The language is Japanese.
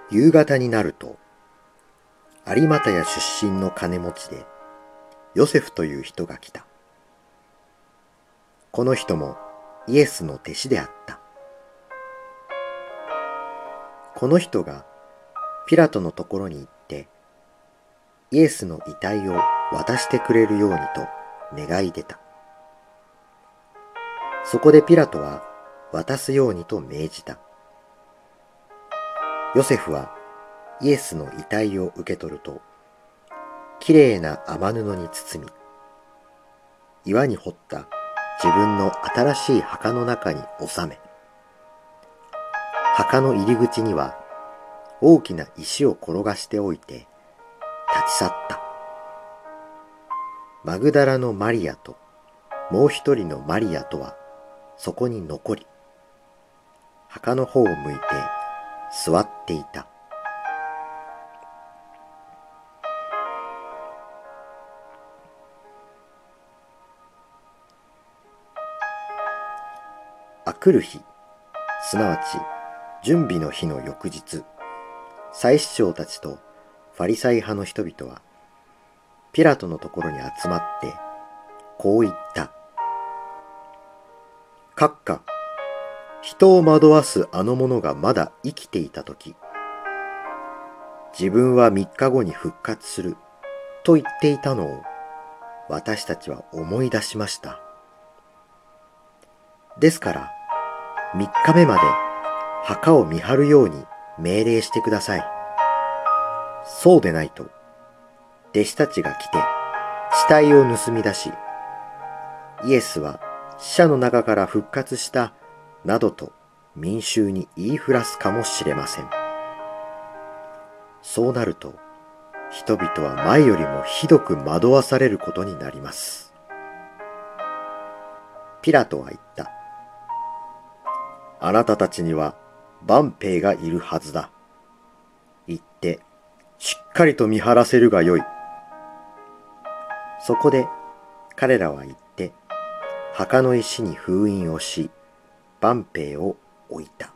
夕方になると、有股屋出身の金持ちで、ヨセフという人が来た。この人もイエスの弟子であった。この人がピラトのところに行って、イエスの遺体を渡してくれるようにと願い出た。そこでピラトは渡すようにと命じた。ヨセフはイエスの遺体を受け取ると、きれいな雨布に包み、岩に掘った自分の新しい墓の中に収め、墓の入り口には大きな石を転がしておいて立ち去った。マグダラのマリアともう一人のマリアとはそこに残り、墓の方を向いて座っていた。あくる日、すなわち準備の日の翌日、祭司長たちとファリサイ派の人々はピラトのところに集まってこう言った。閣下、人を惑わすあの者がまだ生きていたとき、自分は3日後に復活すると言っていたのを私たちは思い出しました。ですから3日目まで墓を見張るように命令してください。そうでないと弟子たちが来て死体を盗み出し、イエスは死者の中から復活したなどと民衆に言いふらすかもしれません。そうなると人々は前よりもひどく惑わされることになります。ピラトは言った。あなたたちには万兵がいるはずだ。行ってしっかりと見張らせるがよい。そこで彼らは言って墓の石に封印をし、万兵を置いた。